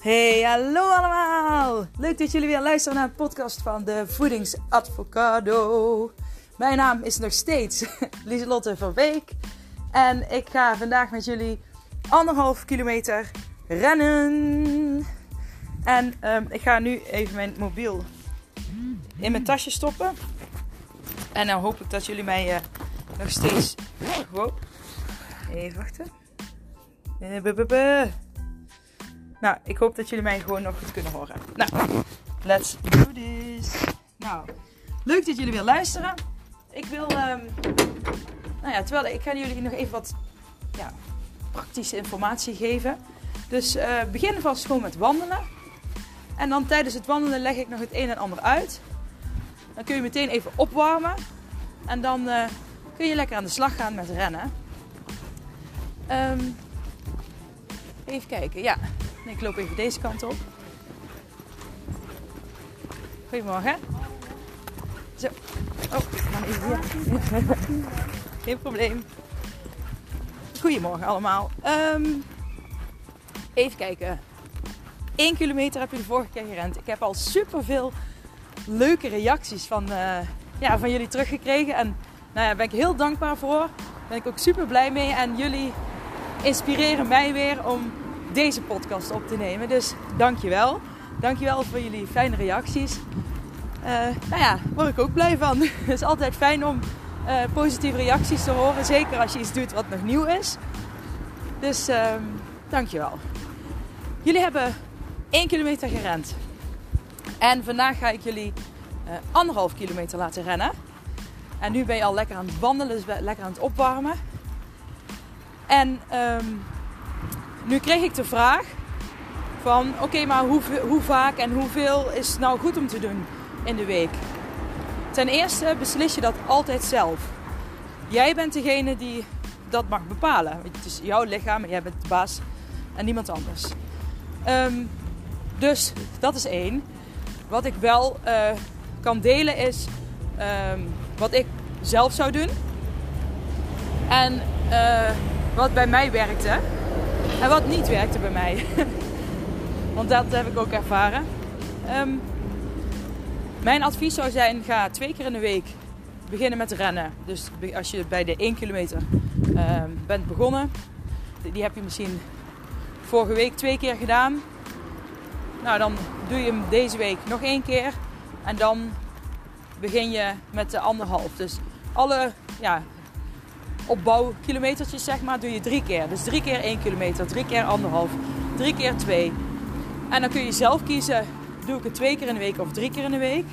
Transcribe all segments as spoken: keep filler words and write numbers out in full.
Hey, hallo allemaal! Leuk dat jullie weer luisteren naar een podcast van de Voedingsadvocado. Mijn naam is nog steeds Lieselotte van Beek. En ik ga vandaag met jullie anderhalf kilometer rennen. En um, ik ga nu even mijn mobiel in mijn tasje stoppen. En dan hoop ik dat jullie mij uh, nog steeds... Wow. Even wachten. Nou, ik hoop dat jullie mij gewoon nog goed kunnen horen. Nou, let's do this. Nou, leuk dat jullie weer luisteren. Ik wil, um, nou ja, terwijl ik ga jullie nog even wat ja, praktische informatie geven. Dus uh, begin vast gewoon met wandelen. En dan tijdens het wandelen leg ik nog het een en ander uit. Dan kun je meteen even opwarmen. En dan uh, kun je lekker aan de slag gaan met rennen. Um, even kijken, ja. Ik loop even deze kant op. Goedemorgen. Zo. Oh, ik ga even hier. Geen probleem. Goedemorgen allemaal. Um, even kijken. Eén kilometer heb je de vorige keer gerend. Ik heb al superveel leuke reacties van, uh, ja, van jullie teruggekregen. En nou ja, daar ben ik heel dankbaar voor. Daar ben ik ook super blij mee. En jullie inspireren mij weer om deze podcast op te nemen. Dus dankjewel. Dankjewel voor jullie fijne reacties. Uh, nou ja, daar word ik ook blij van. Het is altijd fijn om uh, positieve reacties te horen. Zeker als je iets doet wat nog nieuw is. Dus uh, dankjewel. Jullie hebben één kilometer gerend. En vandaag ga ik jullie uh, anderhalf kilometer laten rennen. En nu ben je al lekker aan het wandelen. Dus lekker aan het opwarmen. En um, nu kreeg ik de vraag van oké, okay, maar hoe, hoe vaak en hoeveel is nou goed om te doen in de week? Ten eerste beslis je dat altijd zelf. Jij bent degene die dat mag bepalen. Het is jouw lichaam en jij bent de baas en niemand anders. Um, dus dat is één. Wat ik wel uh, kan delen is um, wat ik zelf zou doen. En uh, wat bij mij werkte. En wat niet werkte bij mij. Want dat heb ik ook ervaren. Um, mijn advies zou zijn, ga twee keer in de week beginnen met rennen. Dus als je bij de één kilometer um, bent begonnen. Die heb je misschien vorige week twee keer gedaan. Nou, dan doe je hem deze week nog één keer. En dan begin je met de anderhalf. Dus alle... ja, opbouwkilometertjes zeg maar, doe je drie keer. Dus drie keer één kilometer, drie keer anderhalf, drie keer twee. En dan kun je zelf kiezen, doe ik het twee keer in de week of drie keer in de week.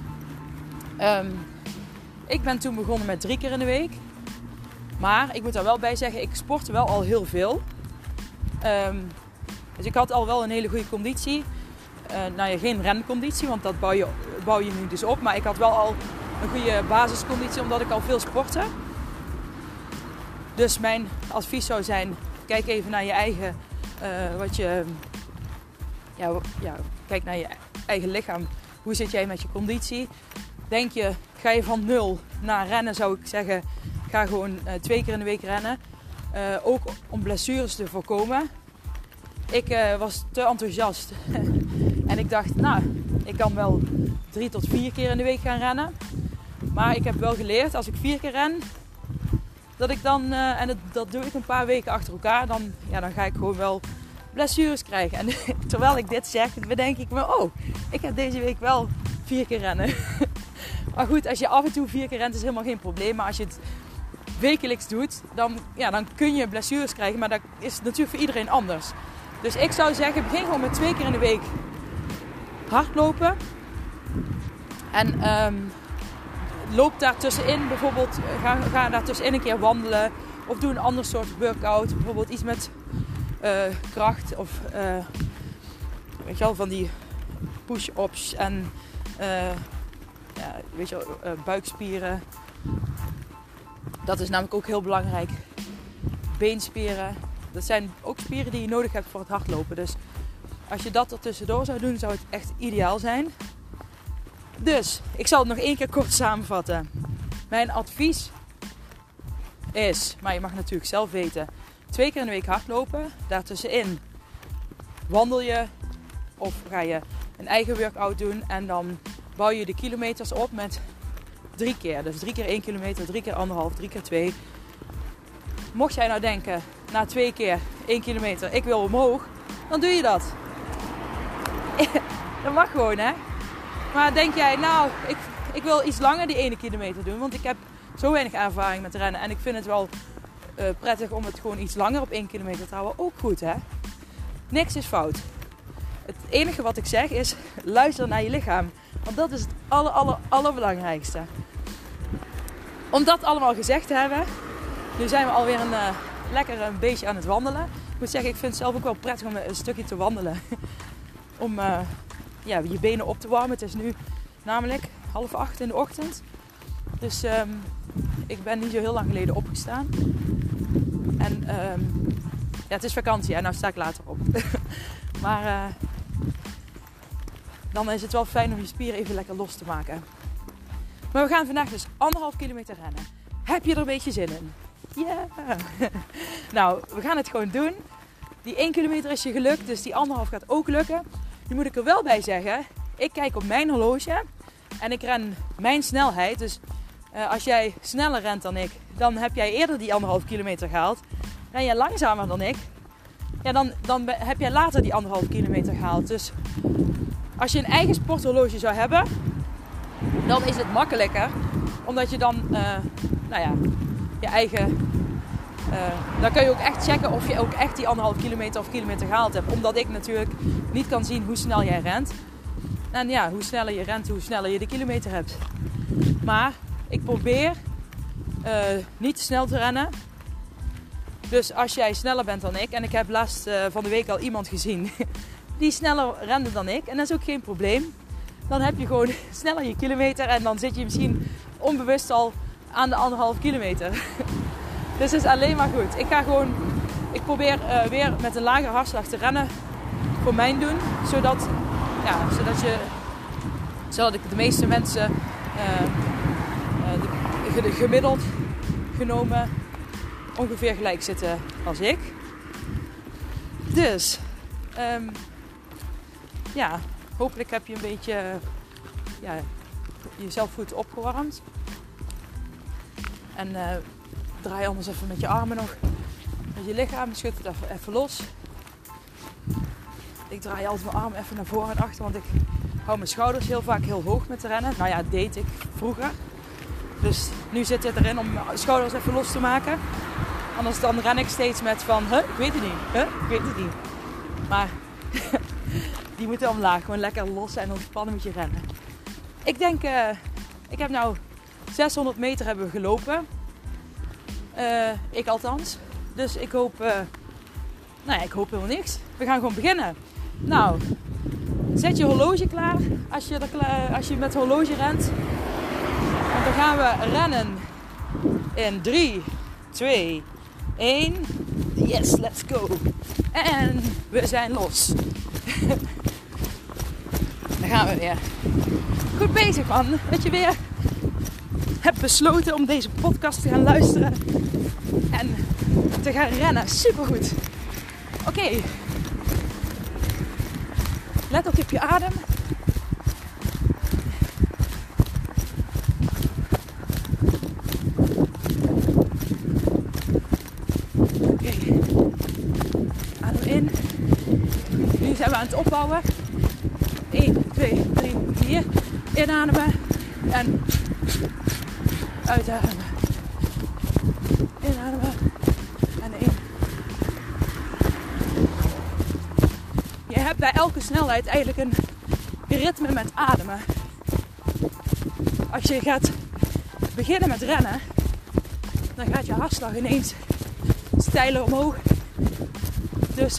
Um, ik ben toen begonnen met drie keer in de week. Maar ik moet daar wel bij zeggen, ik sportte wel al heel veel. Um, dus ik had al wel een hele goede conditie. Uh, nou ja, geen renconditie, want dat bouw je, bouw je nu dus op. Maar ik had wel al een goede basisconditie, omdat ik al veel sportte. Dus mijn advies zou zijn, kijk even naar je eigen, uh, wat je, ja, ja, kijk naar je eigen lichaam. Hoe zit jij met je conditie? Denk je, ga je van nul naar rennen, zou ik zeggen, ga gewoon uh, twee keer in de week rennen. Uh, ook om blessures te voorkomen. Ik uh, was te enthousiast en ik dacht, nou, ik kan wel drie tot vier keer in de week gaan rennen. Maar ik heb wel geleerd, als ik vier keer ren, dat ik dan, uh, en dat, dat doe ik een paar weken achter elkaar, dan, ja, dan ga ik gewoon wel blessures krijgen. En terwijl ik dit zeg, bedenk ik me, oh, ik heb deze week wel vier keer rennen. Maar goed, als je af en toe vier keer rent, is helemaal geen probleem. Maar als je het wekelijks doet, dan, ja, dan kun je blessures krijgen. Maar dat is natuurlijk voor iedereen anders. Dus ik zou zeggen, begin gewoon met twee keer in de week hardlopen. En um, loop daar tussenin bijvoorbeeld, ga, ga daar tussenin een keer wandelen. Of doe een ander soort workout. Bijvoorbeeld iets met uh, kracht. Of uh, weet je wel, van die push-ups en uh, ja, weet je wel, uh, buikspieren. Dat is namelijk ook heel belangrijk. Beenspieren. Dat zijn ook spieren die je nodig hebt voor het hardlopen. Dus als je dat er tussendoor zou doen, zou het echt ideaal zijn. Dus, ik zal het nog één keer kort samenvatten. Mijn advies is, maar je mag natuurlijk zelf weten, twee keer in de week hardlopen. Daartussenin wandel je Of ga je een eigen workout doen en dan bouw je de kilometers op met drie keer. Dus drie keer één kilometer, drie keer anderhalf, drie keer twee. Mocht jij nou denken, na twee keer één kilometer, ik wil omhoog, dan doe je dat. Dat mag gewoon, hè. Maar denk jij, nou, ik, ik wil iets langer die ene kilometer doen, want ik heb zo weinig ervaring met rennen en ik vind het wel uh, prettig om het gewoon iets langer op één kilometer te houden. Ook goed, hè. Niks is fout. Het enige wat ik zeg is, luister naar je lichaam. Want dat is het aller, aller, allerbelangrijkste. Om dat allemaal gezegd te hebben, nu zijn we alweer een, uh, lekker een beetje aan het wandelen. Ik moet zeggen, ik vind het zelf ook wel prettig om een stukje te wandelen. Om uh, ja, je benen op te warmen. Het is nu namelijk half acht in de ochtend. Dus um, ik ben niet zo heel lang geleden opgestaan. En um, ja, het is vakantie en nou sta ik later op. Maar uh, dan is het wel fijn om je spieren even lekker los te maken. Maar we gaan vandaag dus anderhalf kilometer rennen. Heb je er een beetje zin in? Ja! Yeah. Nou, we gaan het gewoon doen. Die één kilometer is je gelukt, dus die anderhalf gaat ook lukken. Nu moet ik er wel bij zeggen, ik kijk op mijn horloge en ik ren mijn snelheid. Dus uh, als jij sneller rent dan ik, dan heb jij eerder die anderhalf kilometer gehaald. Ren jij langzamer dan ik, ja, dan, dan heb jij later die anderhalf kilometer gehaald. Dus als je een eigen sporthorloge zou hebben, dan is het makkelijker. Omdat je dan, uh, nou ja, je eigen... Uh, dan kun je ook echt checken of je ook echt die anderhalf kilometer of kilometer gehaald hebt. Omdat ik natuurlijk niet kan zien hoe snel jij rent. En ja, hoe sneller je rent, hoe sneller je de kilometer hebt. Maar ik probeer uh, niet te snel te rennen. Dus als jij sneller bent dan ik, en ik heb laatst uh, van de week al iemand gezien die sneller rende dan ik, en dat is ook geen probleem. Dan heb je gewoon sneller je kilometer en dan zit je misschien onbewust al aan de anderhalf kilometer. Dus het is alleen maar goed. Ik ga gewoon, ik probeer uh, weer met een lagere hartslag te rennen voor mijn doen, zodat, ja, zodat je, zodat ik de meeste mensen uh, uh, de, gemiddeld genomen ongeveer gelijk zitten als ik. Dus, um, ja, hopelijk heb je een beetje uh, ja, jezelf goed opgewarmd. En uh, draai anders even met je armen nog, met je lichaam, schud het even, even los. Ik draai altijd mijn armen even naar voren en achter, want ik hou mijn schouders heel vaak heel hoog met te rennen. Nou ja, dat deed ik vroeger. Dus nu zit het erin om mijn schouders even los te maken. Anders dan ren ik steeds met van, huh, ik weet het niet, huh, ik weet het niet. Maar die moeten omlaag, gewoon lekker los en ontspannen met je rennen. Ik denk, uh, ik heb nou zeshonderd meter hebben we gelopen. Uh, ik althans. Dus ik hoop, uh, nou ja, ik hoop helemaal niks. We gaan gewoon beginnen. Nou, zet je horloge klaar als je, er klaar, als je met horloge rent. Want dan gaan we rennen in drie, twee, één. Yes, let's go. En we zijn los. Dan gaan we weer. Goed bezig, man. Dat je weer hebt besloten om deze podcast te gaan luisteren. En te gaan rennen. Supergoed. Oké. Okay. Let ook op je adem. Oké. Okay. Adem in. Nu zijn we aan het opbouwen. één, twee, drie, vier. Inademen. En uitademen. Inademen. En in. Je hebt bij elke snelheid eigenlijk een ritme met ademen. Als je gaat beginnen met rennen, dan gaat je hartslag ineens steiler omhoog. Dus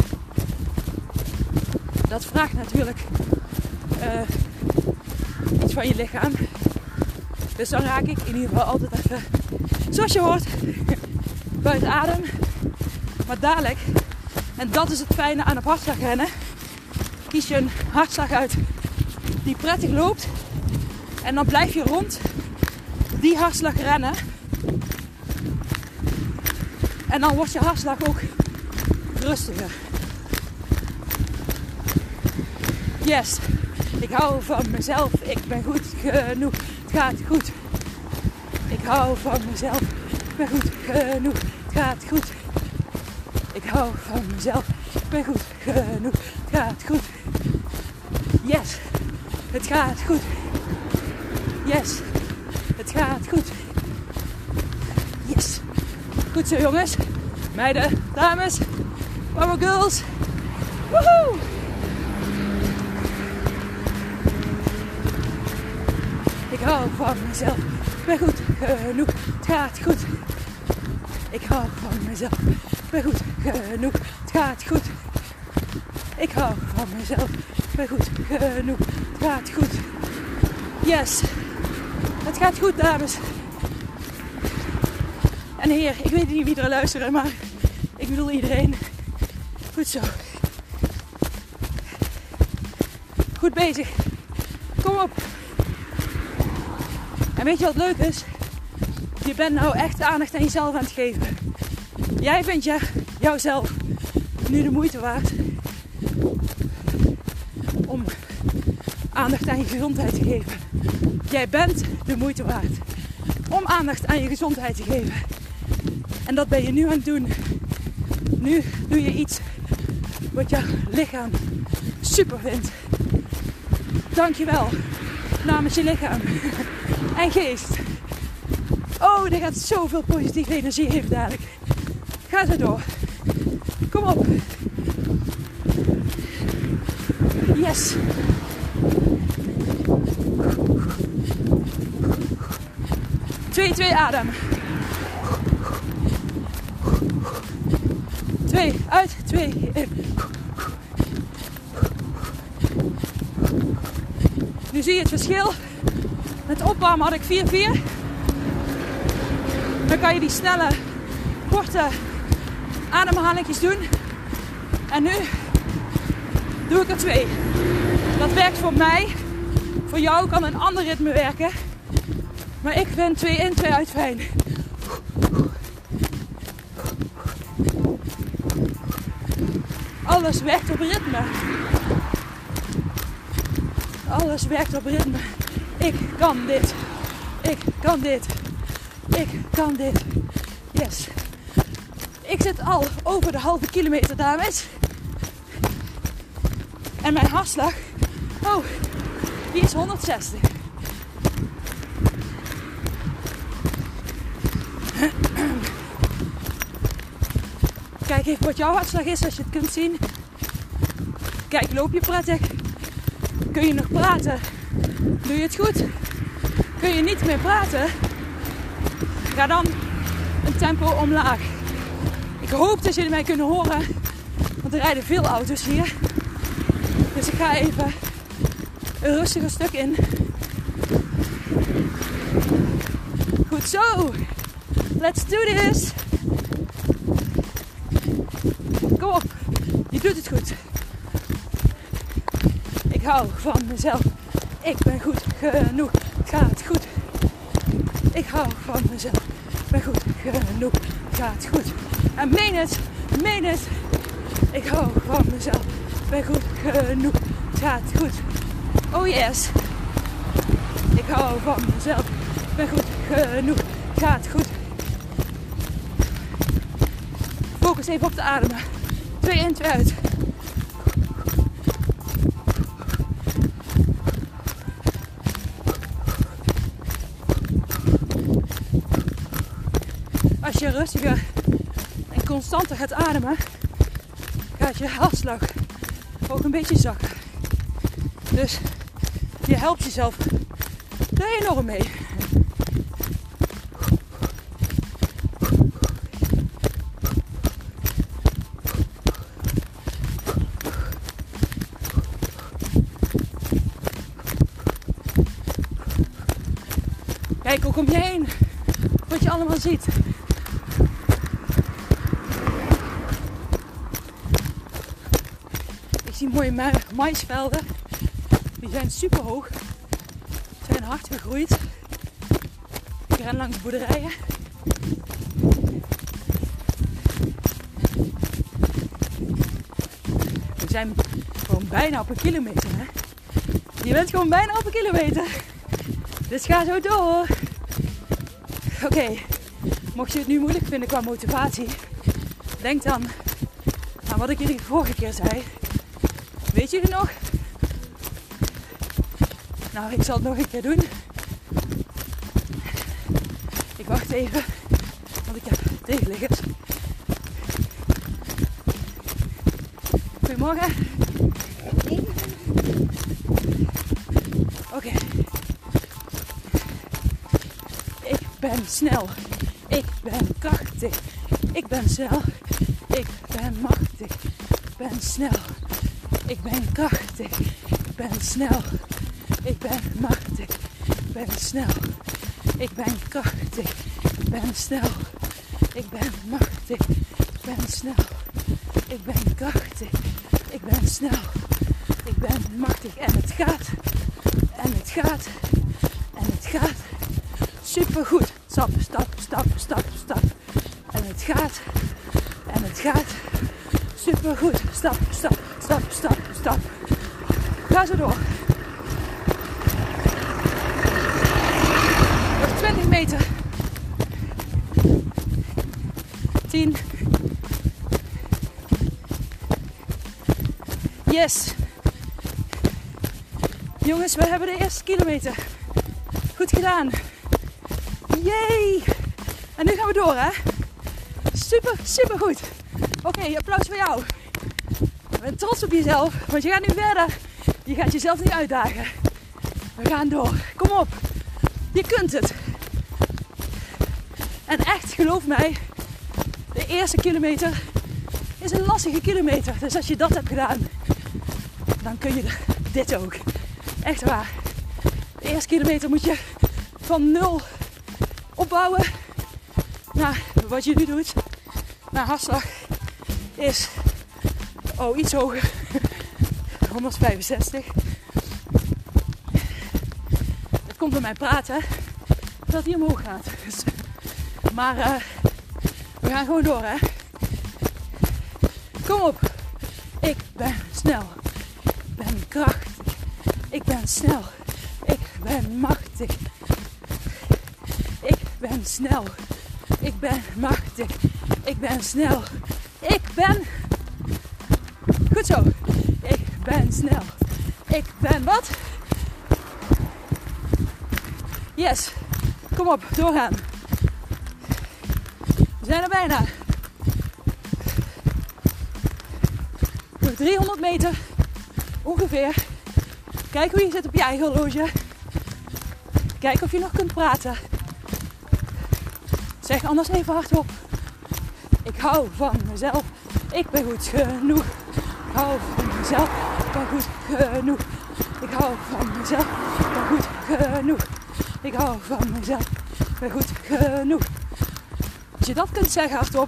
dat vraagt natuurlijk uh, iets van je lichaam. Dus dan raak ik in ieder geval altijd even, zoals je hoort, buiten adem. Maar dadelijk, en dat is het fijne aan op hartslag rennen, kies je een hartslag uit die prettig loopt. En dan blijf je rond die hartslag rennen. En dan wordt je hartslag ook rustiger. Yes. Ik hou van mezelf. Ik ben goed genoeg. Het gaat goed. Ik hou van mezelf. Ik ben goed genoeg. Het gaat goed. Ik hou van mezelf. Ik ben goed genoeg. Het gaat goed. Yes. Het gaat goed. Yes. Het gaat goed. Yes. Goed zo jongens. Meiden, dames. Power girls. Woehoe. Ik hou van mezelf. Ik ben goed genoeg. Het gaat goed. Ik hou van mezelf. Ik ben goed genoeg. Het gaat goed. Ik hou van mezelf. Ik ben goed genoeg. Het gaat goed. Yes. Het gaat goed, dames. En heer, ik weet niet wie er luisteren, maar ik bedoel iedereen. Goed zo. Goed bezig. Kom op. En weet je wat leuk is? Je bent nou echt aandacht aan jezelf aan het geven. Jij vindt je, jouzelf nu de moeite waard om aandacht aan je gezondheid te geven. Jij bent de moeite waard om aandacht aan je gezondheid te geven. En dat ben je nu aan het doen. Nu doe je iets wat je lichaam super vindt. Dankjewel namens je lichaam en geest. Oh, er gaat zoveel positieve energie heen dadelijk. Ga zo door. Kom op. Yes. Twee, twee adem. Twee, uit, twee, in. Nu zie je het verschil. Met opwarmen had ik vier vier. Dan kan je die snelle, korte ademhalingjes doen. En nu doe ik er twee. Dat werkt voor mij. Voor jou kan een ander ritme werken. Maar ik vind twee in, twee uit fijn. Alles werkt op ritme. Alles werkt op ritme. Ik kan dit. Ik kan dit. Ik kan dit. Yes. Ik zit al over de halve kilometer, dames. En mijn hartslag, oh, die is honderdzestig. Kijk even wat jouw hartslag is als je het kunt zien. Kijk, loop je prettig? Kun je nog praten? Doe je het goed? Kun je niet meer praten? Ga dan een tempo omlaag. Ik hoop dat jullie mij kunnen horen, want er rijden veel auto's hier. Dus ik ga even een rustiger stuk in. Goed zo. Let's do this. Kom op. Je doet het goed. Ik hou van mezelf. Ik ben goed genoeg. Het gaat goed. Ik hou van mezelf. Ik ben goed genoeg. Het gaat goed. En meen het. Meen het. Ik hou van mezelf. Ik ben goed genoeg. Het gaat goed. Oh yes. Ik hou van mezelf. Ik ben goed genoeg. Het gaat goed. Focus even op de ademen. Twee in, twee uit. Als je rustiger en constanter gaat ademen, gaat je hartslag ook een beetje zakken. Dus je helpt jezelf er enorm mee. Kijk ook om je heen wat je allemaal ziet. Ik zie mooie ma maïsvelden. Die zijn super hoog. Zijn hard gegroeid. Ik ren langs boerderijen. We zijn gewoon bijna op een kilometer. Hè? Je bent gewoon bijna op een kilometer. Dus ga zo door. Oké, okay. Mocht je het nu moeilijk vinden qua motivatie, denk dan aan wat ik jullie de vorige keer zei. Weet je het nog? Nou, ik zal het nog een keer doen. Ik wacht even, want ik heb tegenliggers. Goedemorgen. Oké. Okay. Ik ben snel. Ik ben krachtig. Ik ben snel. Ik ben machtig. Ik ben snel. Ik ben krachtig. Ik ben snel. Ik ben machtig. Ik ben snel. Ik ben krachtig. Ik ben snel. Ik ben machtig. Ik ben snel. Ik ben krachtig. Ik ben snel. Ik ben machtig. En het gaat. En het gaat. En het gaat. Supergoed. Stap, stap, stap, stap, stap. En het gaat. En het gaat. Supergoed. Stap, stap, stap, stap, stap. Ga zo door. Nog twintig meter. tien. Yes. Jongens, we hebben de eerste kilometer. Goed gedaan. Yay. En nu gaan we door, hè. Super, super goed. Oké, okay, applaus voor jou. Ik ben trots op jezelf, want je gaat nu verder. Je gaat jezelf niet uitdagen. We gaan door. Kom op. Je kunt het. En echt, geloof mij, de eerste kilometer is een lastige kilometer. Dus als je dat hebt gedaan, dan kun je dit ook. Echt waar. De eerste kilometer moet je van nul opbouwen naar wat je nu doet. Naar hartslag is oh, iets hoger. honderdvijfenzestig. Het komt door mijn praten dat hij omhoog gaat. Dus, maar uh, we gaan gewoon door, hè. Kom op. Ik ben snel. Ik ben krachtig. Ik ben snel. Ik ben machtig. Ik ben snel. Ik ben machtig. Ik ben snel. Ik ben... Goed zo. Ik ben snel. Ik ben wat? Yes. Kom op, doorgaan. We zijn er bijna. Nog driehonderd meter. Ongeveer. Kijk hoe je zit op je eigen horloge. Kijk of je nog kunt praten. Zeg anders even hardop. Ik hou van mezelf. Ik ben goed genoeg. Ik hou van mezelf. Ik ben goed genoeg. Ik hou van mezelf. Ik ben goed genoeg. Ik hou van mezelf. Ik ben goed genoeg. Als je dat kunt zeggen hardop,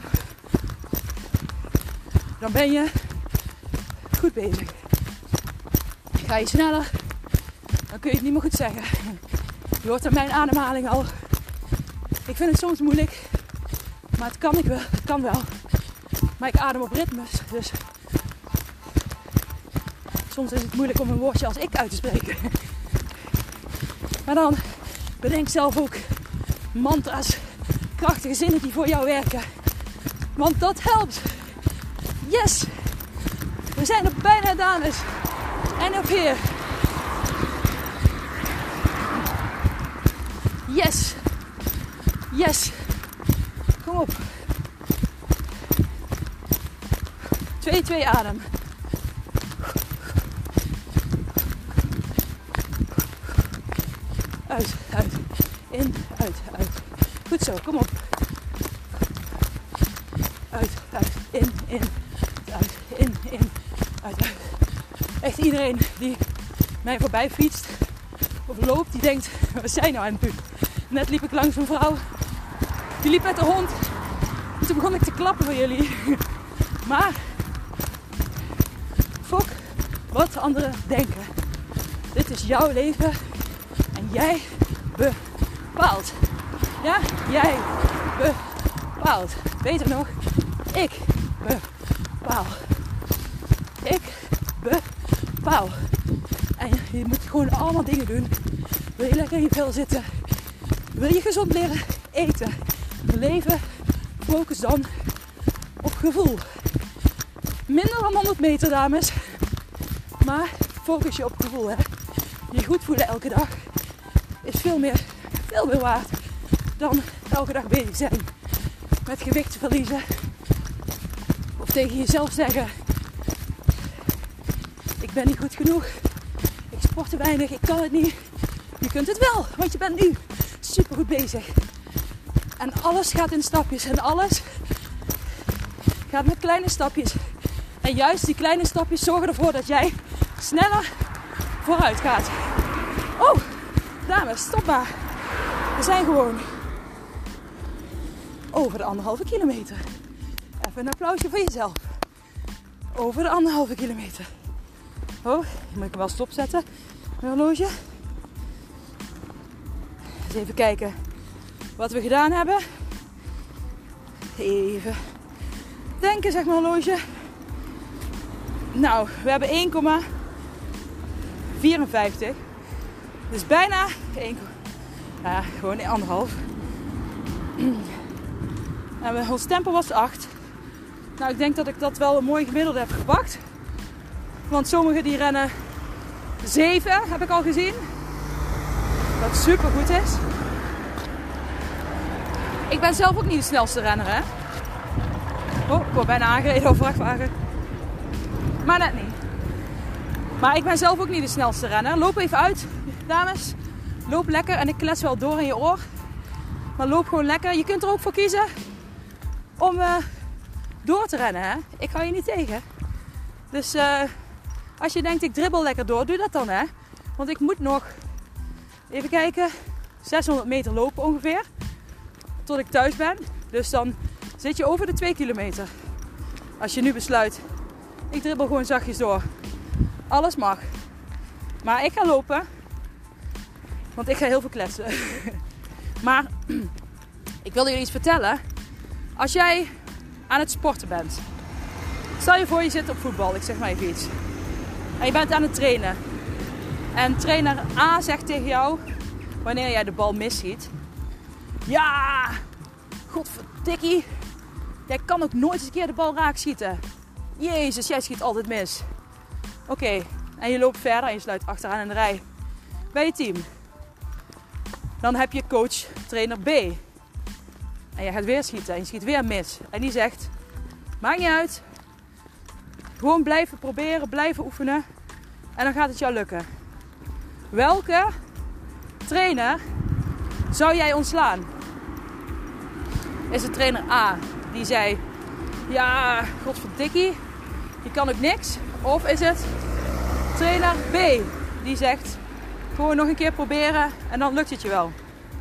dan ben je goed bezig. Ga je sneller, dan kun je het niet meer goed zeggen. Je hoort aan mijn ademhaling al. Ik vind het soms moeilijk, maar het kan, ik wel, het kan wel. Maar ik adem op ritmes, dus soms is het moeilijk om een woordje als ik uit te spreken. Maar dan bedenk zelf ook mantra's, krachtige zinnen die voor jou werken. Want dat helpt. Yes! We zijn er bijna, dames. En op hier. Yes. Yes. Kom op. twee twee adem. Uit, uit. In, uit, uit. Goed zo, kom op. Uit, uit. In, in. Uit, in, in. Uit, uit. Echt iedereen die mij voorbij fietst of loopt, die denkt, wat zijn nou aan het doen? Net liep ik langs een vrouw. Die liep met de hond. En toen begon ik te klappen voor jullie. Maar, fuck wat anderen denken. Dit is jouw leven. En jij bepaalt. Ja, jij bepaalt. Beter nog, ik bepaal. Ik bepaal. En je moet gewoon allemaal dingen doen. Wil je lekker in je vel zitten? Wil je gezond leren eten? Leven? Focus dan op gevoel. Minder dan honderd meter, dames. Maar focus je op gevoel, hè. Je goed voelen elke dag is veel meer, veel meer waard dan elke dag bezig zijn met gewicht verliezen. Of tegen jezelf zeggen: ik ben niet goed genoeg. Ik sport te weinig. Ik kan het niet. Je kunt het wel, want je bent nu super goed bezig. En alles gaat in stapjes. En alles gaat met kleine stapjes. En juist die kleine stapjes zorgen ervoor dat jij sneller vooruit gaat. Oh, dames, stop maar. We zijn gewoon over de anderhalve kilometer. Even een applausje voor jezelf. Over de anderhalve kilometer. Oh, moet ik hem wel stopzetten. Mijn horloge. Eens even kijken wat we gedaan hebben. Even denken, zeg maar, horloge. Nou, we hebben één komma vierenvijftig. Dus bijna één. Ja, gewoon anderhalf. En ons tempo was acht. Nou, ik denk dat ik dat wel een mooi gemiddelde heb gepakt. Want sommigen die rennen zeven, heb ik al gezien. Wat super goed is. Ik ben zelf ook niet de snelste renner, hè. Oh, ik word bijna aangereden door een vrachtwagen. Maar net niet. Maar ik ben zelf ook niet de snelste renner. Loop even uit, dames. Loop lekker en ik klets wel door in je oor. Maar loop gewoon lekker. Je kunt er ook voor kiezen om uh, door te rennen, hè. Ik hou je niet tegen. Dus uh, als je denkt ik dribbel lekker door, doe dat dan, hè. Want ik moet nog, even kijken, zeshonderd meter lopen ongeveer. Tot ik thuis ben. Dus dan zit je over de twee kilometer. Als je nu besluit, ik dribbel gewoon zachtjes door. Alles mag. Maar ik ga lopen. Want ik ga heel veel kletsen. Maar ik wil jullie iets vertellen. Als jij aan het sporten bent. Stel je voor je zit op voetbal. Ik zeg maar even iets. En je bent aan het trainen. En trainer A zegt tegen jou, wanneer jij de bal misschiet: ja, godverdikkie. Jij kan ook nooit eens een keer de bal raak schieten. Jezus, jij schiet altijd mis. Oké, okay. En je loopt verder en je sluit achteraan in de rij bij je team. Dan heb je coach, trainer B. En je gaat weer schieten en je schiet weer mis. En die zegt: maakt niet uit. Gewoon blijven proberen, blijven oefenen. En dan gaat het jou lukken. Welke trainer zou jij ontslaan? Is het trainer A die zei: ja, godverdikkie, je kan ook niks? Of is het trainer B die zegt: gewoon nog een keer proberen en dan lukt het je wel?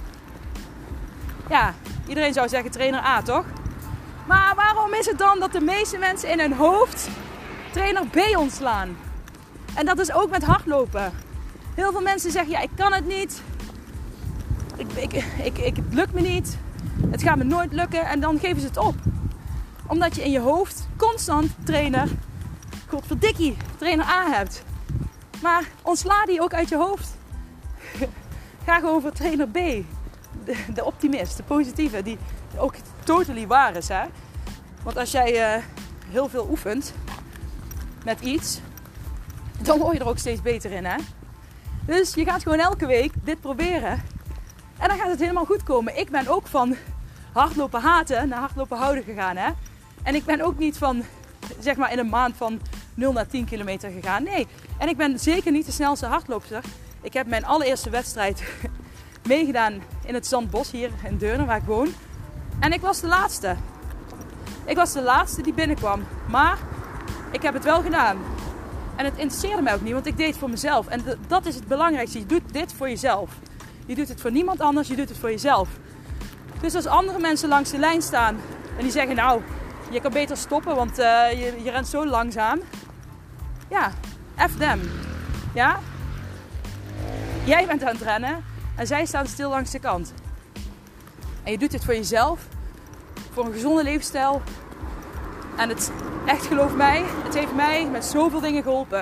Ja, iedereen zou zeggen trainer A, toch? Maar waarom is het dan dat de meeste mensen in hun hoofd trainer B ontslaan? En dat is ook met hardlopen. Heel veel mensen zeggen: ja, ik kan het niet. Ik, ik, ik, ik, het lukt me niet. Het gaat me nooit lukken. En dan geven ze het op. Omdat je in je hoofd constant trainer, godverdikkie, trainer A hebt. Maar ontsla die ook uit je hoofd. Ga gewoon voor trainer B. De, de optimist, de positieve, die ook totally waar is, hè. Want als jij uh, heel veel oefent met iets, dan word je er ook steeds beter in, hè. Dus je gaat gewoon elke week dit proberen. En dan gaat het helemaal goed komen. Ik ben ook van hardlopen haten naar hardlopen houden gegaan, hè. En ik ben ook niet van, zeg maar, in een maand van nul naar tien kilometer gegaan. Nee. En ik ben zeker niet de snelste hardloopster. Ik heb mijn allereerste wedstrijd meegedaan in het Zandbos hier in Deurne, waar ik woon. En ik was de laatste. Ik was de laatste die binnenkwam. Maar ik heb het wel gedaan. En het interesseerde mij ook niet, want ik deed het voor mezelf. En d- dat is het belangrijkste. Je doet dit voor jezelf. Je doet het voor niemand anders, je doet het voor jezelf. Dus als andere mensen langs de lijn staan en die zeggen: nou, je kan beter stoppen, want uh, je, je rent zo langzaam. Ja, F them. Ja? Jij bent aan het rennen en zij staan stil langs de kant. En je doet dit voor jezelf, voor een gezonde levensstijl. En het, echt geloof mij, het heeft mij met zoveel dingen geholpen.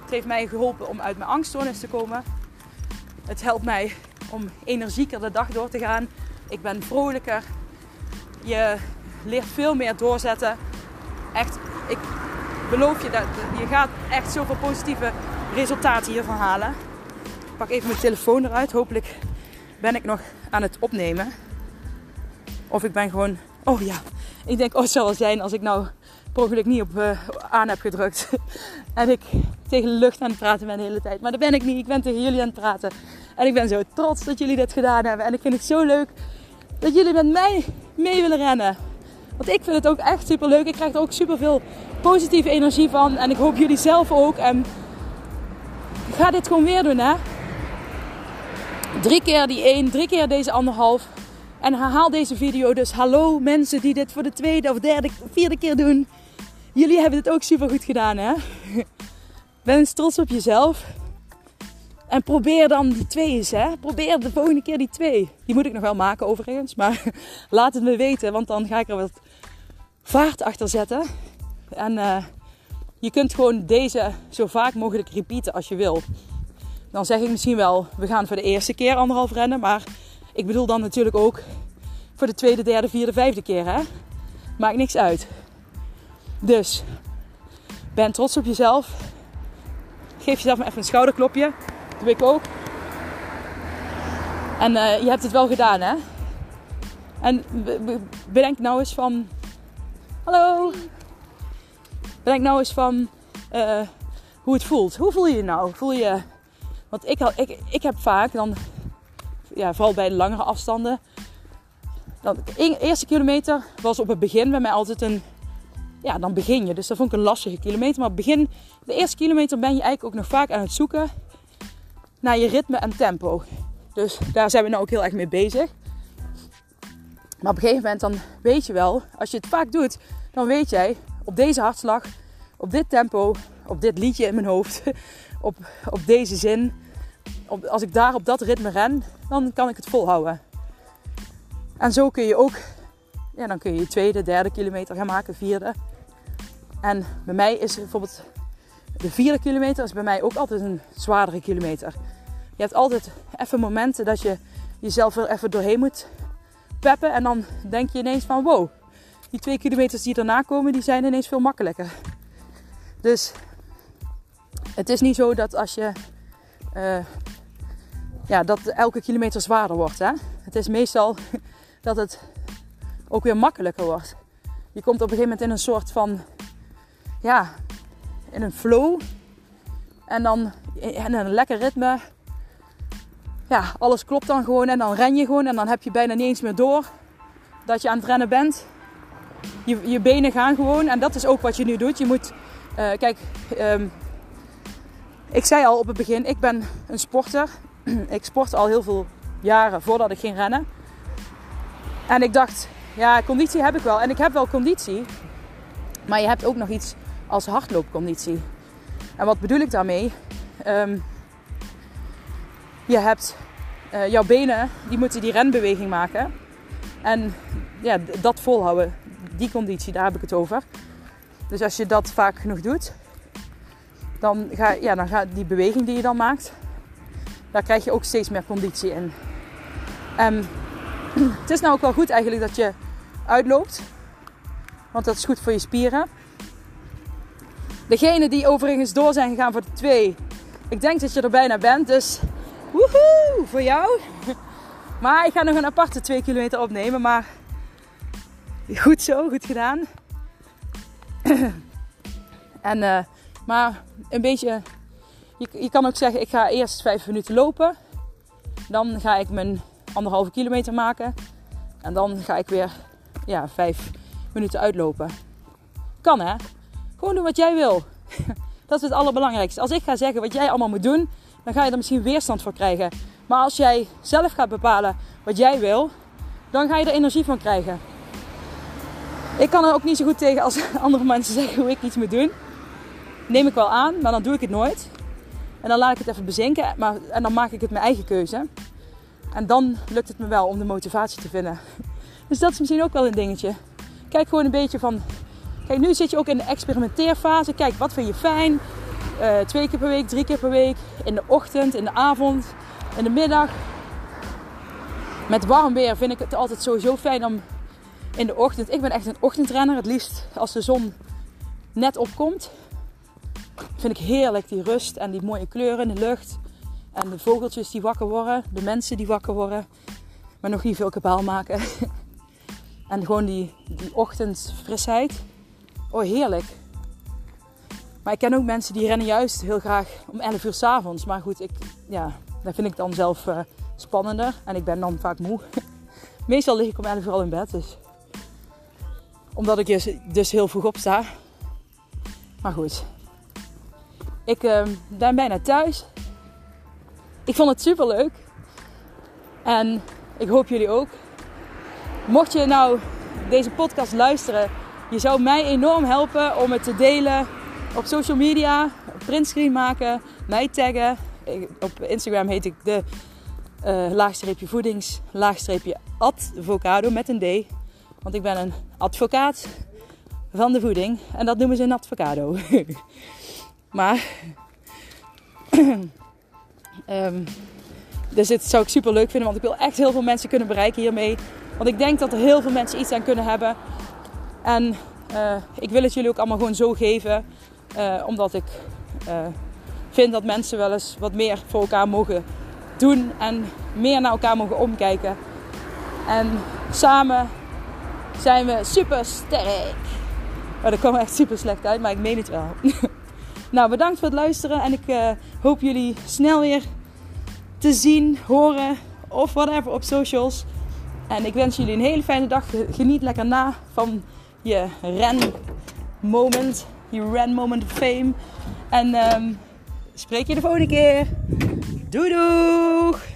Het heeft mij geholpen om uit mijn angststoornis te komen. Het helpt mij om energieker de dag door te gaan. Ik ben vrolijker. Je leert veel meer doorzetten. Echt, ik beloof je dat je gaat echt zoveel positieve resultaten hiervan halen. Ik pak even mijn telefoon eruit. Hopelijk ben ik nog aan het opnemen. Of ik ben gewoon... Oh ja, ik denk, oh het zou wel zijn als ik nou per ongeluk niet op uh, aan heb gedrukt. En ik tegen de lucht aan het praten ben de hele tijd. Maar dat ben ik niet. Ik ben tegen jullie aan het praten. En ik ben zo trots dat jullie dit gedaan hebben. En ik vind het zo leuk dat jullie met mij mee willen rennen. Want ik vind het ook echt super leuk. Ik krijg er ook super veel positieve energie van. En ik hoop jullie zelf ook. En ga dit gewoon weer doen, hè. Drie keer die één, drie keer deze anderhalf. En herhaal deze video. Dus hallo mensen die dit voor de tweede of derde of vierde keer doen. Jullie hebben het ook super goed gedaan, hè. Ben eens trots op jezelf. En probeer dan die twee eens, hè. Probeer de volgende keer die twee. Die moet ik nog wel maken overigens. Maar laat het me weten. Want dan ga ik er wat vaart achter zetten. En uh, je kunt gewoon deze zo vaak mogelijk repeaten als je wil. Dan zeg ik misschien wel, we gaan voor de eerste keer anderhalf rennen. Maar ik bedoel dan natuurlijk ook voor de tweede, derde, vierde, vijfde keer, hè. Maakt niks uit. Dus, ben trots op jezelf. Geef jezelf maar even een schouderklopje. Dat doe ik ook. En uh, je hebt het wel gedaan, hè. En bedenk nou eens van... Hallo. Bedenk nou eens van uh, hoe het voelt. Hoe voel je je nou? Voel je... Want ik, ik, ik heb vaak dan... Ja, vooral bij de langere afstanden. Dan, de eerste kilometer was op het begin bij mij altijd een... Ja, dan begin je. Dus dat vond ik een lastige kilometer. Maar op het begin, de eerste kilometer ben je eigenlijk ook nog vaak aan het zoeken naar je ritme en tempo. Dus daar zijn we nou ook heel erg mee bezig. Maar op een gegeven moment dan weet je wel, als je het vaak doet, dan weet jij op deze hartslag, op dit tempo, op dit liedje in mijn hoofd, op, op deze zin. Op, als ik daar op dat ritme ren, dan kan ik het volhouden. En zo kun je ook, ja, dan kun je je tweede, derde kilometer gaan maken, vierde. En bij mij is bijvoorbeeld de vierde kilometer is bij mij ook altijd een zwaardere kilometer. Je hebt altijd even momenten dat je jezelf er even doorheen moet peppen. En dan denk je ineens van wow, die twee kilometers die daarna komen, die zijn ineens veel makkelijker. Dus het is niet zo dat als je... Uh, ja, dat elke kilometer zwaarder wordt, hè. Het is meestal dat het ook weer makkelijker wordt. Je komt op een gegeven moment in een soort van... Ja, in een flow. En dan in een lekker ritme. Ja, alles klopt dan gewoon en dan ren je gewoon. En dan heb je bijna niet eens meer door dat je aan het rennen bent. Je, je benen gaan gewoon. En dat is ook wat je nu doet. Je moet... Uh, kijk... Um, ik zei al op het begin, ik ben een sporter. Ik sportte al heel veel jaren voordat ik ging rennen. En ik dacht, ja, conditie heb ik wel. En ik heb wel conditie. Maar je hebt ook nog iets als hardloopconditie. En wat bedoel ik daarmee? Um, je hebt uh, jouw benen, die moeten die renbeweging maken. En ja, dat volhouden. Die conditie, daar heb ik het over. Dus als je dat vaak genoeg doet... Dan ga, ja, dan gaat die beweging die je dan maakt, daar krijg je ook steeds meer conditie in. Um, het is nou ook wel goed eigenlijk dat je uitloopt. Want dat is goed voor je spieren. Degene die overigens door zijn gegaan voor de twee. Ik denk dat je er bijna bent. Dus woehoe voor jou. Maar ik ga nog een aparte twee kilometer opnemen. Maar goed zo, goed gedaan. en... Uh, Maar een beetje, je, je kan ook zeggen, ik ga eerst vijf minuten lopen. Dan ga ik mijn anderhalve kilometer maken. En dan ga ik weer ja, vijf minuten uitlopen. Kan hè? Gewoon doen wat jij wil. Dat is het allerbelangrijkste. Als ik ga zeggen wat jij allemaal moet doen, dan ga je er misschien weerstand voor krijgen. Maar als jij zelf gaat bepalen wat jij wil, dan ga je er energie van krijgen. Ik kan er ook niet zo goed tegen als andere mensen zeggen hoe ik iets moet doen. Neem ik wel aan, maar dan doe ik het nooit. En dan laat ik het even bezinken. Maar, en dan maak ik het mijn eigen keuze. En dan lukt het me wel om de motivatie te vinden. Dus dat is misschien ook wel een dingetje. Kijk gewoon een beetje van... Kijk, nu zit je ook in de experimenteerfase. Kijk, wat vind je fijn? uh, twee keer per week, drie keer per week. In de ochtend, in de avond, in de middag. Met warm weer vind ik het altijd sowieso fijn om in de ochtend... Ik ben echt een ochtendrenner. Het liefst als de zon net opkomt. Vind ik heerlijk, die rust en die mooie kleuren in de lucht. En de vogeltjes die wakker worden. De mensen die wakker worden. Maar nog niet veel kabaal maken. En gewoon die, die ochtendfrisheid. Oh, heerlijk. Maar ik ken ook mensen die rennen juist heel graag om elf uur 's avonds. Maar goed, ik, ja, dat vind ik dan zelf uh, spannender. En ik ben dan vaak moe. Meestal lig ik om elf uur al in bed. Dus. Omdat ik dus, dus heel vroeg opsta. Maar goed. Ik uh, ben bijna thuis. Ik vond het super leuk. En ik hoop jullie ook. Mocht je nou deze podcast luisteren, je zou mij enorm helpen om het te delen op social media, printscreen maken, mij taggen. Ik, op Instagram heet ik de uh, laagstreepje voedings, laagstreepje advocado met een D. Want ik ben een advocaat van de voeding en dat noemen ze een advocado. Maar um, dus dit zou ik super leuk vinden, want ik wil echt heel veel mensen kunnen bereiken hiermee. Want ik denk dat er heel veel mensen iets aan kunnen hebben. En uh, ik wil het jullie ook allemaal gewoon zo geven. Uh, omdat ik uh, vind dat mensen wel eens wat meer voor elkaar mogen doen. En meer naar elkaar mogen omkijken. En samen zijn we super sterk. Oh, dat kwam echt super slecht uit, maar ik meen het wel. Nou, bedankt voor het luisteren. En ik uh, hoop jullie snel weer te zien, horen of whatever op socials. En ik wens jullie een hele fijne dag. Geniet lekker na van je renmoment. Je renmoment of fame. En um, spreek je de volgende keer. Doei doeg!